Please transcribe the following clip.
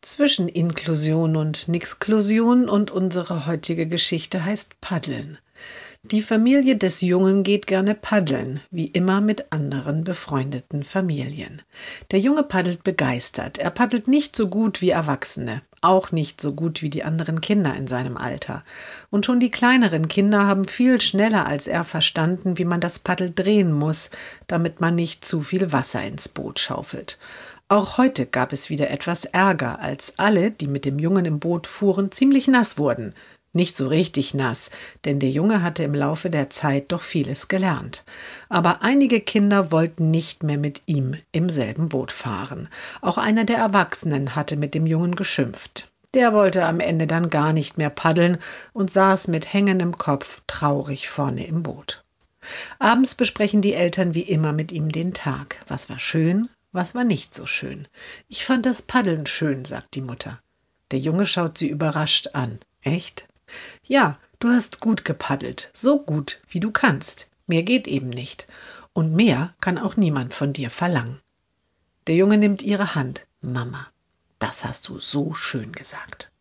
zwischen Inklusion und Nixklusion und unsere heutige Geschichte heißt Paddeln. Die Familie des Jungen geht gerne paddeln, wie immer mit anderen befreundeten Familien. Der Junge paddelt begeistert. Er paddelt nicht so gut wie Erwachsene, auch nicht so gut wie die anderen Kinder in seinem Alter. Und schon die kleineren Kinder haben viel schneller als er verstanden, wie man das Paddel drehen muss, damit man nicht zu viel Wasser ins Boot schaufelt. Auch heute gab es wieder etwas Ärger, als alle, die mit dem Jungen im Boot fuhren, ziemlich nass wurden. Nicht so richtig nass, denn der Junge hatte im Laufe der Zeit doch vieles gelernt. Aber einige Kinder wollten nicht mehr mit ihm im selben Boot fahren. Auch einer der Erwachsenen hatte mit dem Jungen geschimpft. Der wollte am Ende dann gar nicht mehr paddeln und saß mit hängendem Kopf traurig vorne im Boot. Abends besprechen die Eltern wie immer mit ihm den Tag. Was war schön, was war nicht so schön. Ich fand das Paddeln schön, sagt die Mutter. Der Junge schaut sie überrascht an. Echt? Ja, du hast gut gepaddelt, so gut, wie du kannst. Mehr geht eben nicht. Und mehr kann auch niemand von dir verlangen. Der Junge nimmt ihre Hand. Mama, das hast du so schön gesagt.